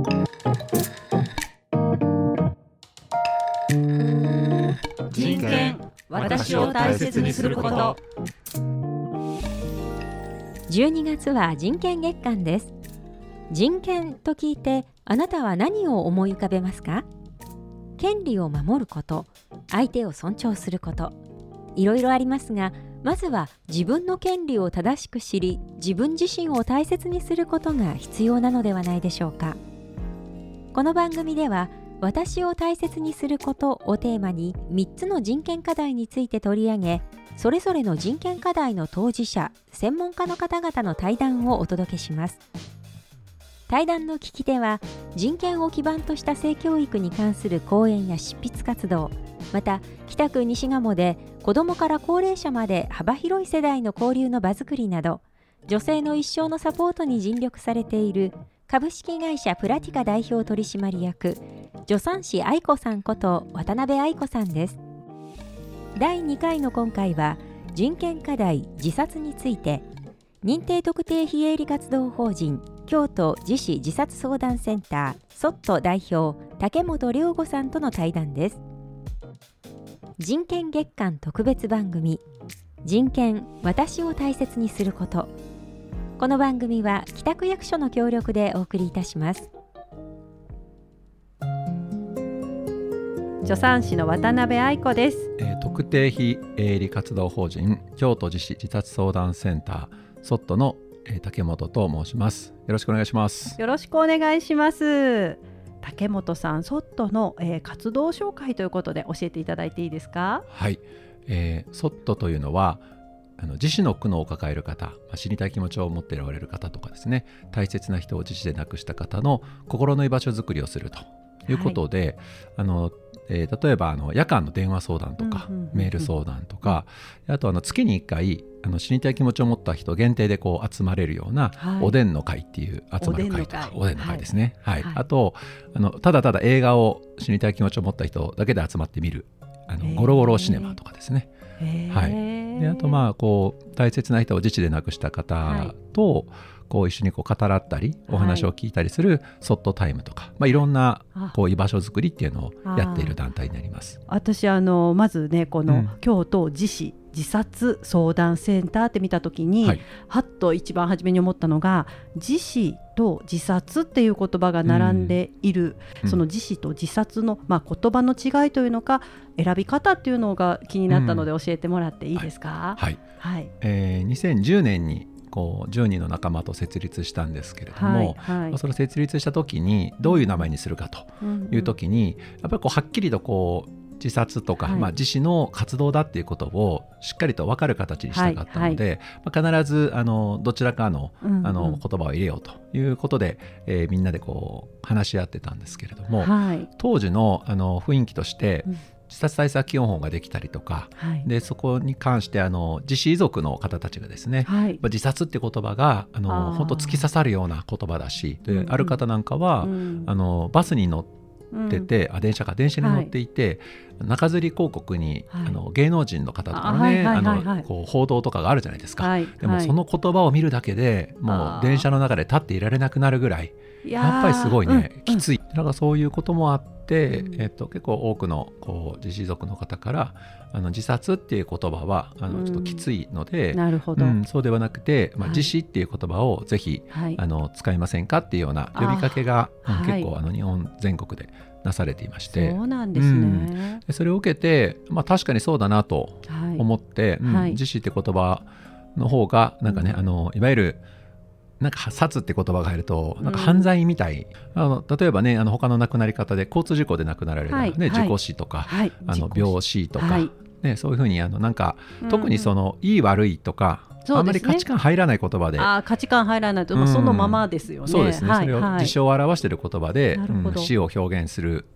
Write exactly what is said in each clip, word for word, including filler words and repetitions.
人権、私を大切にすること。 じゅうにがつは人権月間です。人権と聞いてあなたは何を思い浮かべますか？権利を守ること、相手を尊重すること、いろいろありますが、まずは自分の権利を正しく知り、自分自身を大切にすることが必要なのではないでしょうか。この番組では、私を大切にすることをテーマにみっつの人権課題について取り上げ、それぞれの人権課題の当事者、専門家の方々の対談をお届けします。対談の聞き手は、人権を基盤とした性教育に関する講演や執筆活動、また北区西賀で子どもから高齢者まで幅広い世代の交流の場づくりなど、女性の一生のサポートに尽力されている株式会社プラティカ代表取締役、助産師愛子さんこと渡辺愛子さんです。だいにかいの今回は、人権課題自殺について、認定特定非営利活動法人京都自死自殺相談センターソット代表竹本涼吾さんとの対談です。人権月間特別番組、人権、私を大切にすること。この番組は北区役所の協力でお送りいたします。助産師の渡辺愛子です。 えー、特定非営利活動法人京都自死自殺相談センターソットの、えー、竹本と申します。よろしくお願いします。 よろしくお願いします。竹本さん、ソットの、えー、活動紹介ということで教えていただいていいですか？ はい、えー、ソットというのはあの自死の苦悩を抱える方、まあ、死にたい気持ちを持っておられる方とかですね、大切な人を自死で亡くした方の心の居場所づくりをするということで、はい、あのえー、例えばあの夜間の電話相談とか、うんうんうんうん、メール相談とか、うん、あとあの月にいっかいあの死にたい気持ちを持った人限定でこう集まれるような、はい、おでんの会っていう集まる会とかおでんの会ですね、はいはい、あとあのただただ映画を死にたい気持ちを持った人だけで集まって見るあのゴロゴロシネマとかですね、はい、であとまあこう大切な人を自死で亡くした方と、はいこう一緒にこう語らったりお話を聞いたりするソットタイムとか、まあ、いろんなこう居場所づくりっていうのをやっている団体になります。 私あのまずねこの、うん、京都自死自殺相談センターって見たときに、はい、はっと一番初めに思ったのが自死と自殺っていう言葉が並んでいる、うん、その自死と自殺の、まあ、言葉の違いというのか選び方っていうのが気になったので教えてもらっていいですか？ はい、はいはいえー、にせんじゅうねんにこうじゅうにんの仲間と設立したんですけれども、はいはい、その設立した時にどういう名前にするかという時に、やっぱりこうはっきりとこう自殺とか、はいまあ、自死の活動だっていうことをしっかりと分かる形にしたかったので、はいはいまあ、必ずあのどちらか の,、うんうん、あの言葉を入れようということで、えー、みんなでこう話し合ってたんですけれども、はい、当時 の, あの雰囲気として、うん自殺対策基本法ができたりとか、はい、でそこに関してあの自死遺族の方たちがですね、はい、自殺って言葉があの本当突き刺さるような言葉だし、で、うんうん、ある方なんかは、うん、あのバスに乗ってて、うん、あ電車か電車に乗っていて、はい、中吊り広告に、はい、あの芸能人の方とかのね、あのこう報道とかがあるじゃないですか、はい、でもその言葉を見るだけでもう電車の中で立っていられなくなるぐらいやっぱりすごいね、うん、きつい、なんかそういうこともあって、うんえっと、結構多くのこう自死族の方からあの自殺っていう言葉はあのちょっときついので、うんなるほどうん、そうではなくて、まあ、自死っていう言葉をぜひ、はい、あの使いませんかっていうような呼びかけが、うん、結構あの日本全国でなされていまして、 そうなんですね、うん、 でそれを受けて、まあ、確かにそうだなと思って、はいうんはい、自死って言葉の方がなんかね、うん、あのいわゆるなんか殺って言葉が入るとなんか犯罪みたい、うん、あの例えばねあの他の亡くなり方で交通事故で亡くなられる、ねはい、事故死とか、はい、あの病死とか、はいね、そういうふうにあのなんか、うん、特にそのいい悪いとかあんまり価値観入らない言葉で、 あ価値観入らないと、うん、そのままですよね。 そうですね、はい、それを事象を表している言葉で、うん、死を表現する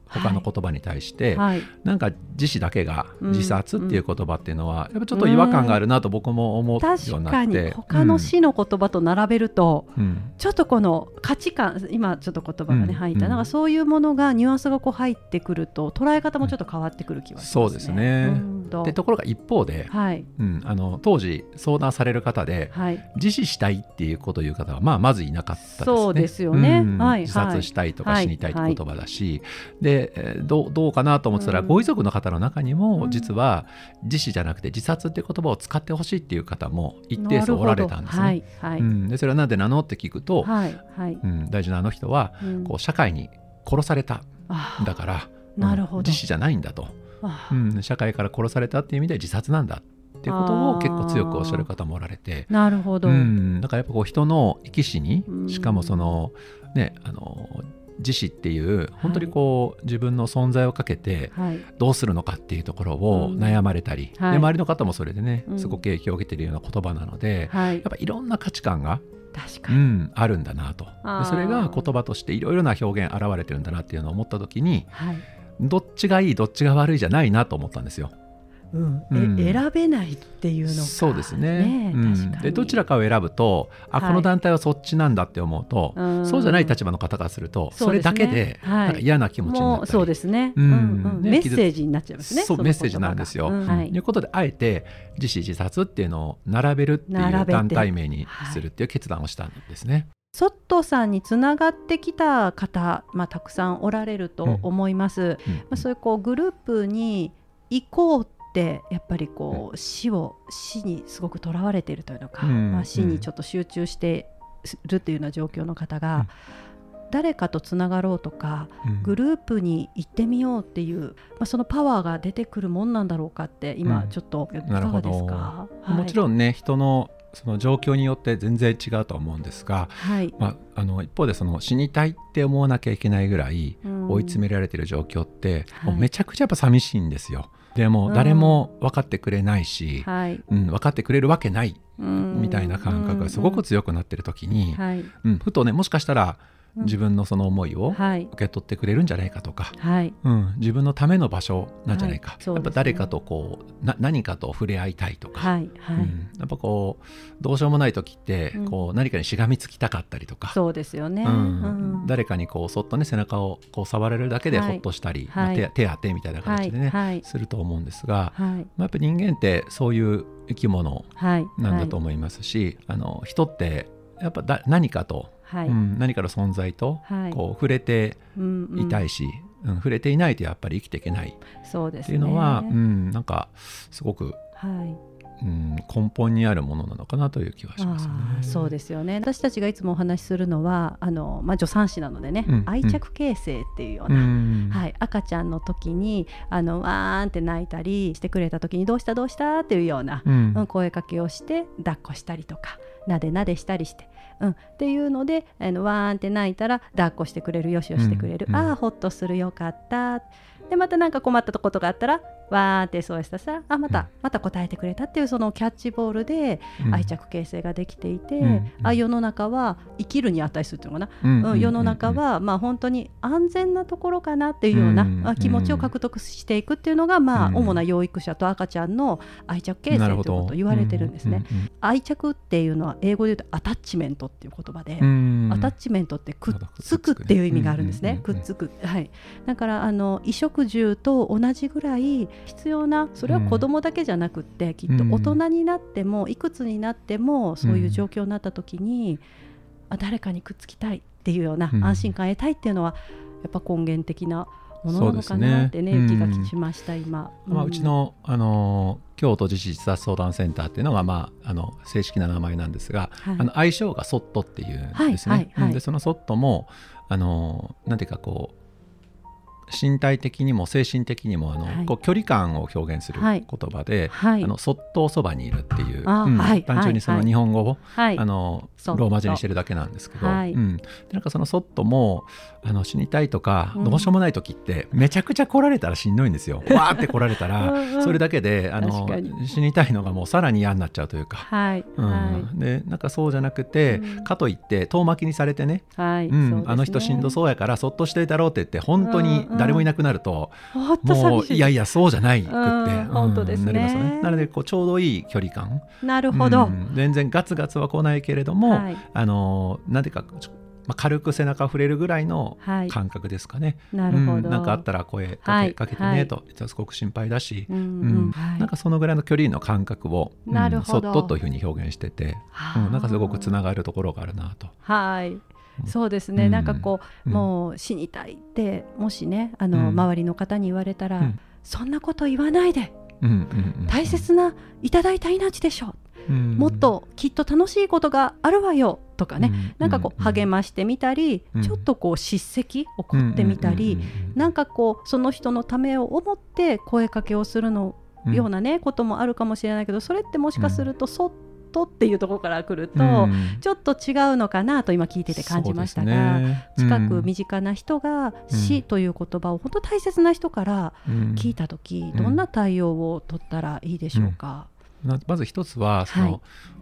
他の言葉に対して、 はい、 なんか自死だけが自殺っていう言葉っていうのは、うん、やっぱちょっと違和感があるなと僕も思うようになって、 確かに他の死の言葉と並べると、うん、ちょっとこの価値観、今ちょっと言葉がね、うん、入った、なんかそういうものがニュアンスがこう入ってくると捉え方もちょっと変わってくる気がしますね。 そうですね、うん、でところが一方で、はいうん、あの当時相談される方で、はい、自死したいっていうことを言う方は、まあ、まずいなかったですね。 そうですよね、うんはい、 自殺したいとか死にたいって言葉だし、はい、でえー、どう、どうかなと思ってたら、うん、ご遺族の方の中にも実は自死じゃなくて自殺っていう言葉を使ってほしいっていう方も一定数おられたんですね、はいはいうん、でそれはなんでなのって聞くと、はいはいうん、大事なあの人は、うん、こう社会に殺されただから、なるほど、自死じゃないんだと、うん、社会から殺されたっていう意味で自殺なんだっていうことを結構強くおっしゃる方もおられて、 なるほど、うん、 だからやっぱこう人の生き死に、しかもそのねあの自死っていう本当にこう、はい、自分の存在をかけてどうするのかっていうところを悩まれたり、はい、で周りの方もそれでねすごく影響を受けているような言葉なので、はい、やっぱいろんな価値観が確かに、うん、あるんだなと。でそれが言葉としていろいろな表現現れてるんだなっていうのを思った時に、はい、どっちがいいどっちが悪いじゃないなと思ったんですよ。 うんうん、え選べないっていうのが、 そうですね、ね、うん、でどちらかを選ぶと、あ、はい、この団体はそっちなんだって思うと、うん、そうじゃない立場の方からすると そ, それだけでなんか嫌な気持ちになったり、 そうですね、うんうんうん、メッセージになっちゃいますね。 そうメッセージなんですよ、うんはい、ということであえて自死自殺っていうのを並べるっていう団体名にするっていう決断をしたんですね。 ソットさんにつながってきた方、まあ、たくさんおられると思います、うんうんまあ、そういうこうグループに行こうってやっぱりこう死を死にすごくとらわれているというのか、うんまあ、死にちょっと集中してるっていうような状況の方が、うん、誰かとつながろうとか、うん、グループに行ってみようっていう、まあ、そのパワーが出てくるもんなんだろうかって今ちょっといかがですか？ うんはい、もちろんね人のその状況によって全然違うと思うんですが、はいまあ、あの一方でその死にたいって思わなきゃいけないぐらい追い詰められている状況って、うん、もうめちゃくちゃやっぱ寂しいんですよ。でも誰も分かってくれないし、うんうん、分かってくれるわけないみたいな感覚がすごく強くなっている時に、うんうん、ふとねもしかしたら自分のその思いを受け取ってくれるんじゃないかとか、はいうん、自分のための場所なんじゃないか、はいね、やっぱ誰かとこうな何かと触れ合いたいとか、はいはいうん、やっぱこうどうしようもない時ってこう何かにしがみつきたかったりとか、 そうですよね、 うんうん、誰かにこうそっとね背中をこう触れるだけでほっとしたり、はいまあ、手, 手当てみたいな形でね、はい、すると思うんですが、はいまあ、やっぱり人間ってそういう生き物なんだと思いますし、はいはい、あの人ってやっぱだ何かとはいうん、何かの存在とこう触れていたいし、うんうん、触れていないとやっぱり生きていけないっていうのは、うん、なんかすごく、はいうん、根本にあるものなのかなという気はしますね。 あそうですよね。私たちがいつもお話しするのはあの、まあ、助産師なのでね、うん、愛着形成っていうような、うんはい、赤ちゃんの時にあのわーんって泣いたりしてくれた時にどうしたどうしたっていうような、うんうん、声かけをして抱っこしたりとかなでなでしたりしてうん、っていうのであのわーんって泣いたら抱っこしてくれるよしよしてくれる、うん、ああほっとするよかったでまたなんか困ったことがあったらわーってそうしたさあまた、うん、また答えてくれたっていうそのキャッチボールで愛着形成ができていて、うん、あ世の中は生きるに値するっていうのかな、うんうん、世の中はまあ本当に安全なところかなっていうような、うん、気持ちを獲得していくっていうのが、まあ、主な養育者と赤ちゃんの愛着形成ということを言われてるんですね。愛着っていうのは英語で言うとアタッチメントっていう言葉で、アタッチメントってくっつくっていう意味があるんですね。くっつく、はい、だからあの衣食住と同じぐらい必要な、それは子供だけじゃなくって、うん、きっと大人になってもいくつになってもそういう状況になった時に、うん、あ誰かにくっつきたいっていうような、うん、安心感を得たいっていうのはやっぱ根源的なものなのかなってね、気がしました今、 うんまあ、うちの、あの京都自死自殺相談センターっていうのが、まあ、あの正式な名前なんですが、はい、あの愛称がソットっていうんですね、はいはいはい、でそのソットもあのなんていうかこう身体的にも精神的にもあの、はい、こう距離感を表現する言葉で、はい、あのそっとそばにいるっていう、うんはい、単純にその日本語を、はい、あのローマ字にしてるだけなんですけど、はいうん、でなんかそのそっともあの死にたいとか、うん、どうしようもない時ってめちゃくちゃ来られたらしんどいんですよ。わーって来られたらそれだけであの死にたいのがもうさらに嫌になっちゃうというか、はいうんはい、でなんかそうじゃなくて、うん、かといって遠巻きにされてね、はいうん、あの人しんどそうやからそっとしていたろうって言って本当に誰もいなくなると、うん、もういやいやそうじゃないくって、うん、 本当ですね、 なりますよね。なのでこうちょうどいい距離感。 なるほど、 うん、全然ガツガツは来ないけれども、はい、あのなんていうか、まあ、軽く背中触れるぐらいの感覚ですかね、 はい、なるほど、 うん、なんかあったら声かけ、はい、かけてねと、はい、すごく心配だし、うんうんはい、なんかそのぐらいの距離の感覚を、うん、そっとというふうに表現してて、うん、なんかすごくつながるところがあるなと。 はい、そうですね、うん、なんかこう、うん、もう死にたいってもしねあの、うん、周りの方に言われたら、うん、そんなこと言わないで、うんうんうん、大切ないただいた命でしょ、うん、もっときっと楽しいことがあるわよとかね、うん、なんかこう励ましてみたり、うん、ちょっとこう叱責怒ってみたり、うんうんうんうん、なんかこうその人のためを思って声かけをするのようなね、うん、こともあるかもしれないけど、それってもしかするとそっとっていうところから来ると、うん、ちょっと違うのかなと今聞いてて感じましたが、ね、うん、近く身近な人が死という言葉を本当大切な人から聞いたとき、うん、どんな対応を取ったらいいでしょうか。 うん、まず一つはその、はい、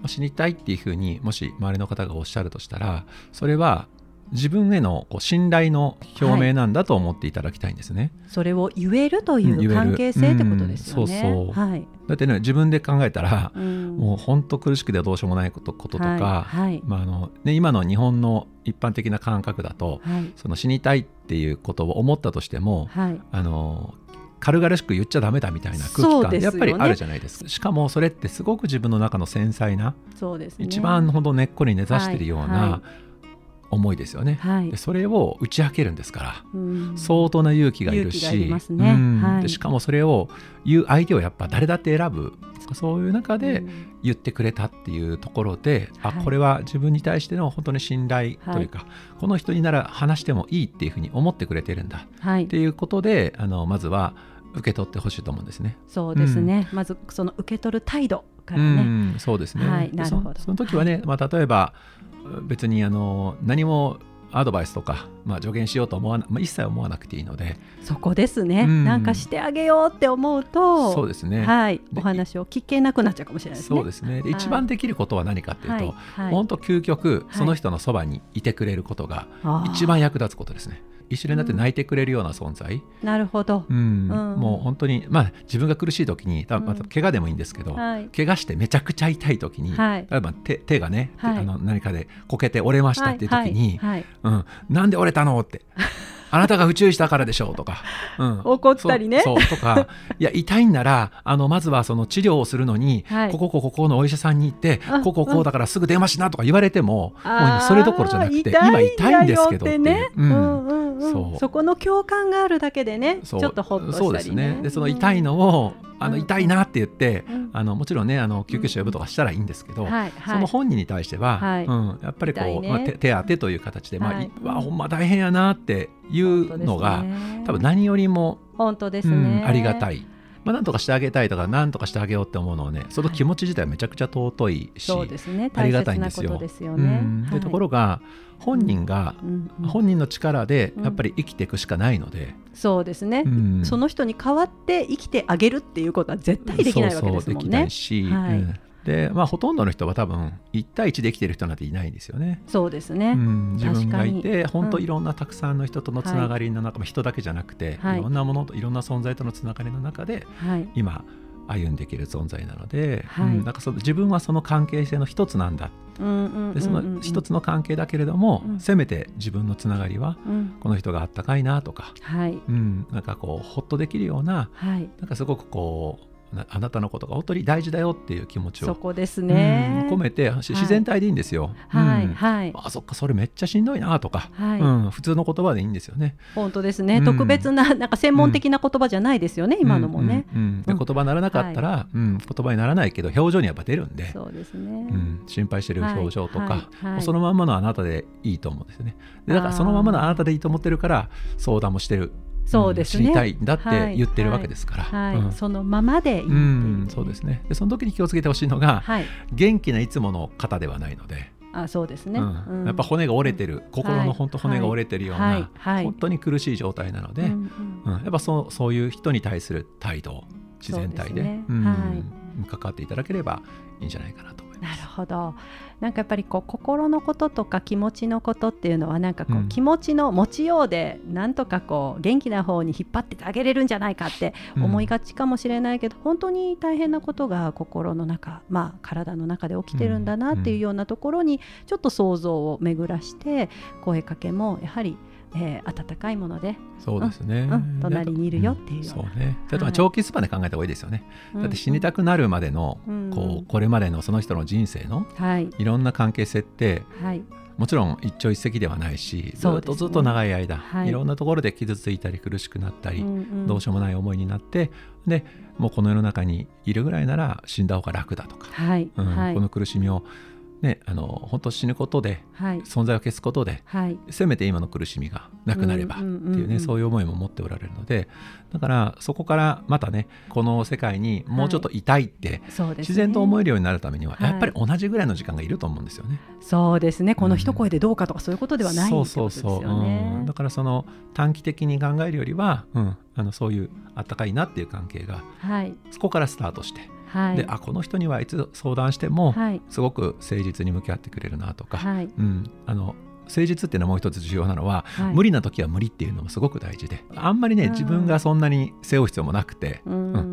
死にたいっていうふうにもし周りの方がおっしゃるとしたら、それは自分へのこう信頼の表明なんだと思っていただきたいんですね、はい、 それを言えるという関係性ってことですよね、 うん、そうそう、はい、だってね自分で考えたら、うん、もう本当苦しくてどうしようもないこと、こととか、はいはい、まああのね、今の日本の一般的な感覚だと、はい、その死にたいっていうことを思ったとしても、はい、あの軽々しく言っちゃダメだみたいな空気感ってやっぱりあるじゃないですか。しかもそれってすごく自分の中の繊細な、そうですね、一番ほど根っこに根ざしているような、はいはい、思いですよね、はい、でそれを打ち明けるんですから、うん、相当な勇気がいるし、ね、うんはい、でしかもそれを言う相手をやっぱ誰だって選ぶ、そういう中で言ってくれたっていうところで、うん、あこれは自分に対しての本当に信頼というか、はい、この人になら話してもいいっていうふうに思ってくれてるんだ、はい、っていうことであのまずは受け取ってほしいと思うんですね。 そうですね、うん、まずその受け取る態度からね、うん、 そうですね、 はい、なるほど。 そ, その時はね、はい、まあ、例えば別にあの何もアドバイスとか、まあ、助言しようと思わな、まあ、一切思わなくていいので、 そこですね、うん、なんかしてあげようって思うと、 そうですね、 はい、お話を聞けなくなっちゃうかもしれないですね。 そうですね、で一番できることは何かっていうと、はいはい、本当究極その人のそばにいてくれることが一番役立つことですね。一緒になって泣いてくれるような存在、 うん、なるほど、 うんうん、もう本当に、まあ、自分が苦しい時にまた怪我でもいいんですけど、うんはい、怪我してめちゃくちゃ痛い時に、はい、例えば 手, 手がね、はい、あの何かでこけて折れましたっていう時に、はいはいはい、うん、なんで折れたのってあなたが不注意したからでしょうとか、うん、 怒ったりね、 そうそうとかいや痛いんならあのまずはその治療をするのに、はい、こここここのお医者さんに行ってこここうだからすぐ電話しなとか言われても、もうそれどころじゃなくて今痛いんですけどっていう、ね、うんうんうん、そうそこの共感があるだけでね、ちょっとほっとしたりね。そうですね、でその痛いのをあの痛いなって言って、うん、あのもちろんねあの救急車呼ぶとかしたらいいんですけど、うんはいはい、その本人に対しては、はい、うん、やっぱりこう、ね、まあ、手, 手当てという形で、まあはい、わほんま大変やなっていうのが、ね、多分何よりも本当ですね、 うん、ありがたい。まあ、なんとかしてあげたいとかなんとかしてあげようって思うのはね、その気持ち自体はめちゃくちゃ尊いし、はい、そうですね、ありがたいんですよ。大切なことですよね、うん、はい、でところが本人が、うんうん、本人の力でやっぱり生きていくしかないので、うん、 そうですね、うん、その人に代わって生きてあげるっていうことは絶対できないわけですもんね。そうそうできないし、はい、うん、でまあ、ほとんどの人は多分いち対いちで生きてる人なんていないんですよね。 そうですね、 うん、自分がいて本当いろんなたくさんの人とのつながりの中、はい、人だけじゃなくて、はい、いろんなものといろんな存在とのつながりの中で、はい、今歩んでいける存在なので、はい、うん、なんかその自分はその関係性の一つなんだ、うんうんうんうん、でその一つの関係だけれども、うん、せめて自分のつながりは、うん、この人があったかいなとか、はい、うん、なんかこうほっとできるような、はい、なんかすごくこうあなたのことが本当に大事だよっていう気持ちをそこですね、 うん、込めて自然体でいいんですよ、はい、うん、はい、あそっかそれめっちゃしんどいなとか、はい、うん、普通の言葉でいいんですよね。 本当ですね、うん、特別 な, なんか専門的な言葉じゃないですよね、うん、今のもね、 うんうんうん、で言葉にならなかったら、はい、うん、言葉にならないけど表情にやっぱ出るんで、 そうですね、 うん、心配してる表情とか、はいはいはい、そのまんまのあなたでいいと思うんですよね。でだからそのままのあなたでいいと思ってるから相談もしてる、そうですね、知りたいんだって言ってるわけですから、 はいはい、うん、そのままでいいっていう、 うん、そうですね。でその時に気をつけてほしいのが、はい、元気ないつもの方ではないので、 あ、そうですね、 うんうん、やっぱ骨が折れてる、うん、心の本当骨が折れてるような、はいはい、本当に苦しい状態なので、うんうんうん、やっぱそ う, そういう人に対する態度自然体で、 そうですね、うん、はい、 関わっていただければいいんじゃないかなと思います。 なるほど。なんかやっぱりこう心のこととか気持ちのことっていうのはなんかこう、 うん、 気持ちの持ちようでなんとかこう元気な方に引っ張っててあげれるんじゃないかって思いがちかもしれないけど、うん、本当に大変なことが心の中、まあ、体の中で起きてるんだなっていうようなところにちょっと想像を巡らして声かけもやはりえー、温かいもので、 そうですね、 うんうん、隣にいるよっていうような、 うん、そうね、あとは長期スパンで考えた方がいいですよね、はい、だって死にたくなるまでの、うん、こうこれまでのその人の人生の、はい、いろんな関係性って、はい、もちろん一朝一夕ではないし、ずっとずっと長い間、はい、いろんなところで傷ついたり苦しくなったり、うんうん、どうしようもない思いになって、でもうこの世の中にいるぐらいなら死んだ方が楽だとか、はいうんはい、この苦しみをね、あの本当死ぬことで、はい、存在を消すことで、はい、せめて今の苦しみがなくなればっていうね、そういう思いも持っておられるので、だからそこからまたねこの世界にもうちょっといたいって、はい、自然と思えるようになるためには、はい、やっぱり同じぐらいの時間がいると思うんですよね。 そうですね、この一声でどうかとかそういうことではない、うん、 そうそうそう、うん、だからその短期的に考えるよりは、うん、あのそういうあったかいなっていう関係が、はい、そこからスタートして、はい、であこの人にはいつ相談しても、はい、すごく誠実に向き合ってくれるなとか、はいうん、あの誠実っていうのはもう一つ重要なのは、はい、無理な時は無理っていうのもすごく大事で、あんまりね自分がそんなに背負う必要もなくて、うんうん、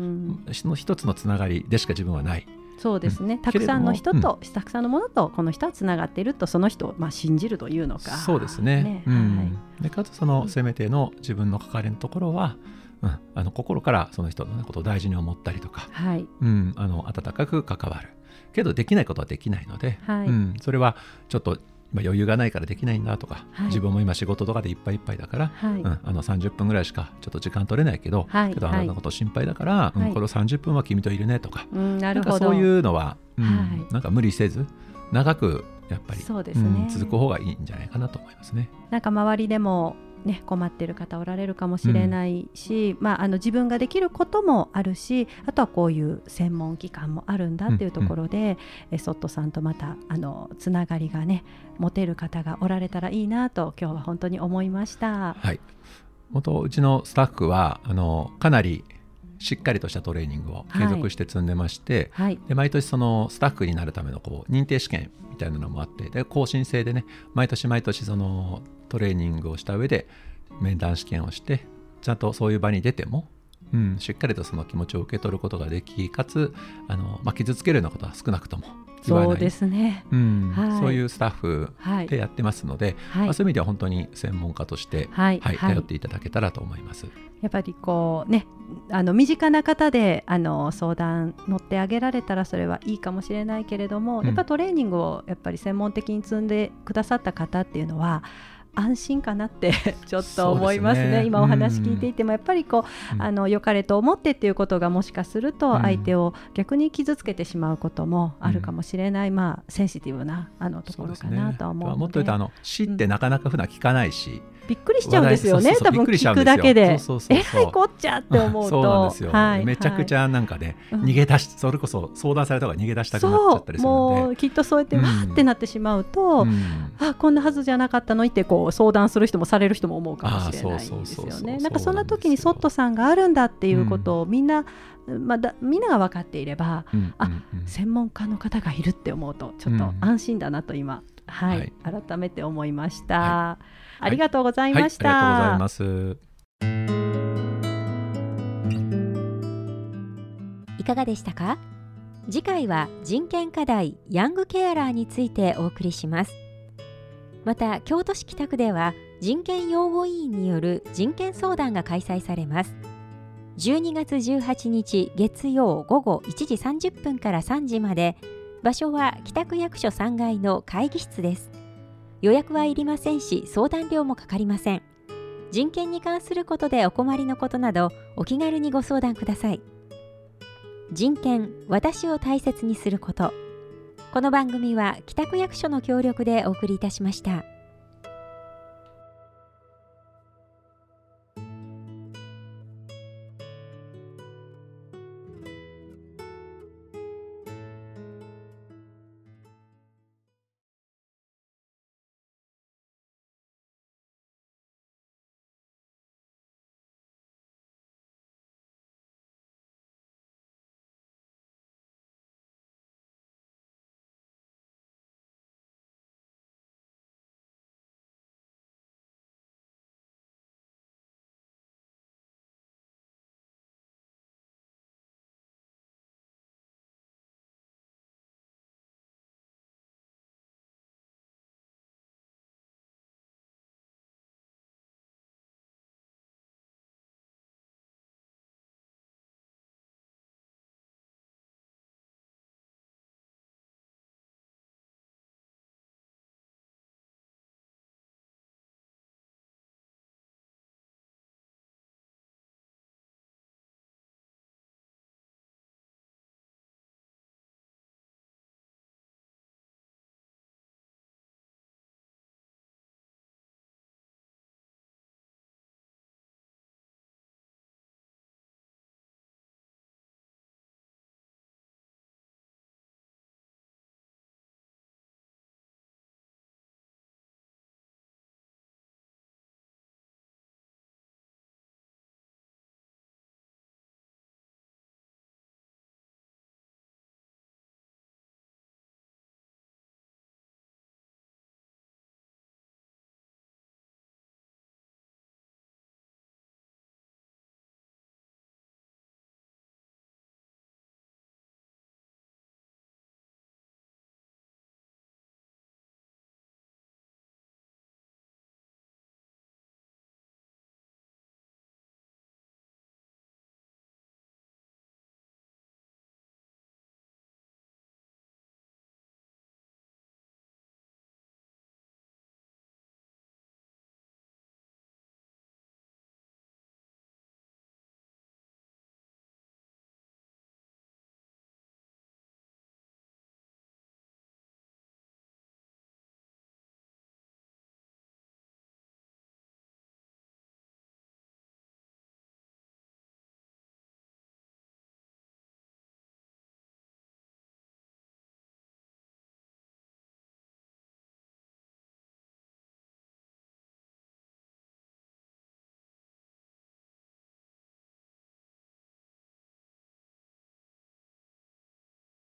その一つのつながりでしか自分はない。 そうですね、うん、たくさんの人と、うん、たくさんのものとこの人はつながっていると、その人をまあ信じるというのか。 そうです ね, ね、うんはい、でかつそのせめての自分の関わりのところは、うん、あの心からその人のことを大事に思ったりとか、はいうん、あの温かく関わるけどできないことはできないので、はいうん、それはちょっと今余裕がないからできないんだとか、はい、自分も今仕事とかでいっぱいいっぱいだから、はいうん、あのさんじゅっぷんぐらいしかちょっと時間取れないけど、はい、けどあなたのこと心配だから、はいうん、このさんじゅっぷんは君といるねとか、うん、なるほど、なんかそういうのは、うんはい、なんか無理せず長くやっぱりそうですね、うん、続く方がいいんじゃないかなと思いますね。 なんか周りでもね、困っている方おられるかもしれないし、うんまあ、あの自分ができることもあるし、あとはこういう専門機関もあるんだっていうところで、うんうん、えソットさんとまたあのつながりがね持てる方がおられたらいいなと今日は本当に思いました。 はい、元うちのスタッフはあのかなりしっかりとしたトレーニングを継続して積んでまして、はい、で毎年そのスタッフになるためのこう認定試験みたいなのもあって、で更新制でね毎年毎年そのトレーニングをした上で面談試験をして、ちゃんとそういう場に出ても、うん、しっかりとその気持ちを受け取ることができ、かつあの、まあ、傷つけるようなことは少なくとも言わない、 そうですね、 うんはい、そういうスタッフでやってますので、はいまあ、そういう意味では本当に専門家として、はいはい、頼っていただけたらと思います。 やっぱりこうね、あの身近な方であの相談乗ってあげられたらそれはいいかもしれないけれども、うん、やっぱトレーニングをやっぱり専門的に積んでくださった方っていうのは安心かなってちょっと思います ね, すね今お話聞いていてもやっぱりこう、うん、あの良かれと思ってっていうことがもしかすると相手を逆に傷つけてしまうこともあるかもしれない、うん、まあセンシティブなあのところかなとは思うので、 もっと言うとあの死ってなかなか普段聞かないし、うんびっくりしちゃうんですよね。多分聞くだけでえらいこっちゃって思うとそうなんですよ、はい、めちゃくちゃなんかね、はい、逃げ出しそれこそ相談された方が逃げ出したくなっちゃったりするので、 もうきっとそうやってわーってなってしまうと、うん、あこんなはずじゃなかったのにってこう相談する人もされる人も思うかもしれないですよね。なんかそんな時にソットさんがあるんだっていうことをみんな、うんまあ、だみんなが分かっていれば、うん、あ、うんうん、専門家の方がいるって思うとちょっと安心だなと今、うんはいはい、改めて思いました、はい、ありがとうございました、 はいはい、ありがとうございます。 いかがでしたか？次回は人権課題ヤングケアラーについてお送りします。また京都市北区では人権擁護委員による人権相談が開催されます。じゅうにがつじゅうはちにち月曜午後いちじさんじゅっぷんからさんじまで、場所は北区役所さんがいの会議室です。予約はいりませんし、相談料もかかりません。人権に関することでお困りのことなど、お気軽にご相談ください。人権、私を大切にすること。この番組は北区役所の協力でお送りいたしました。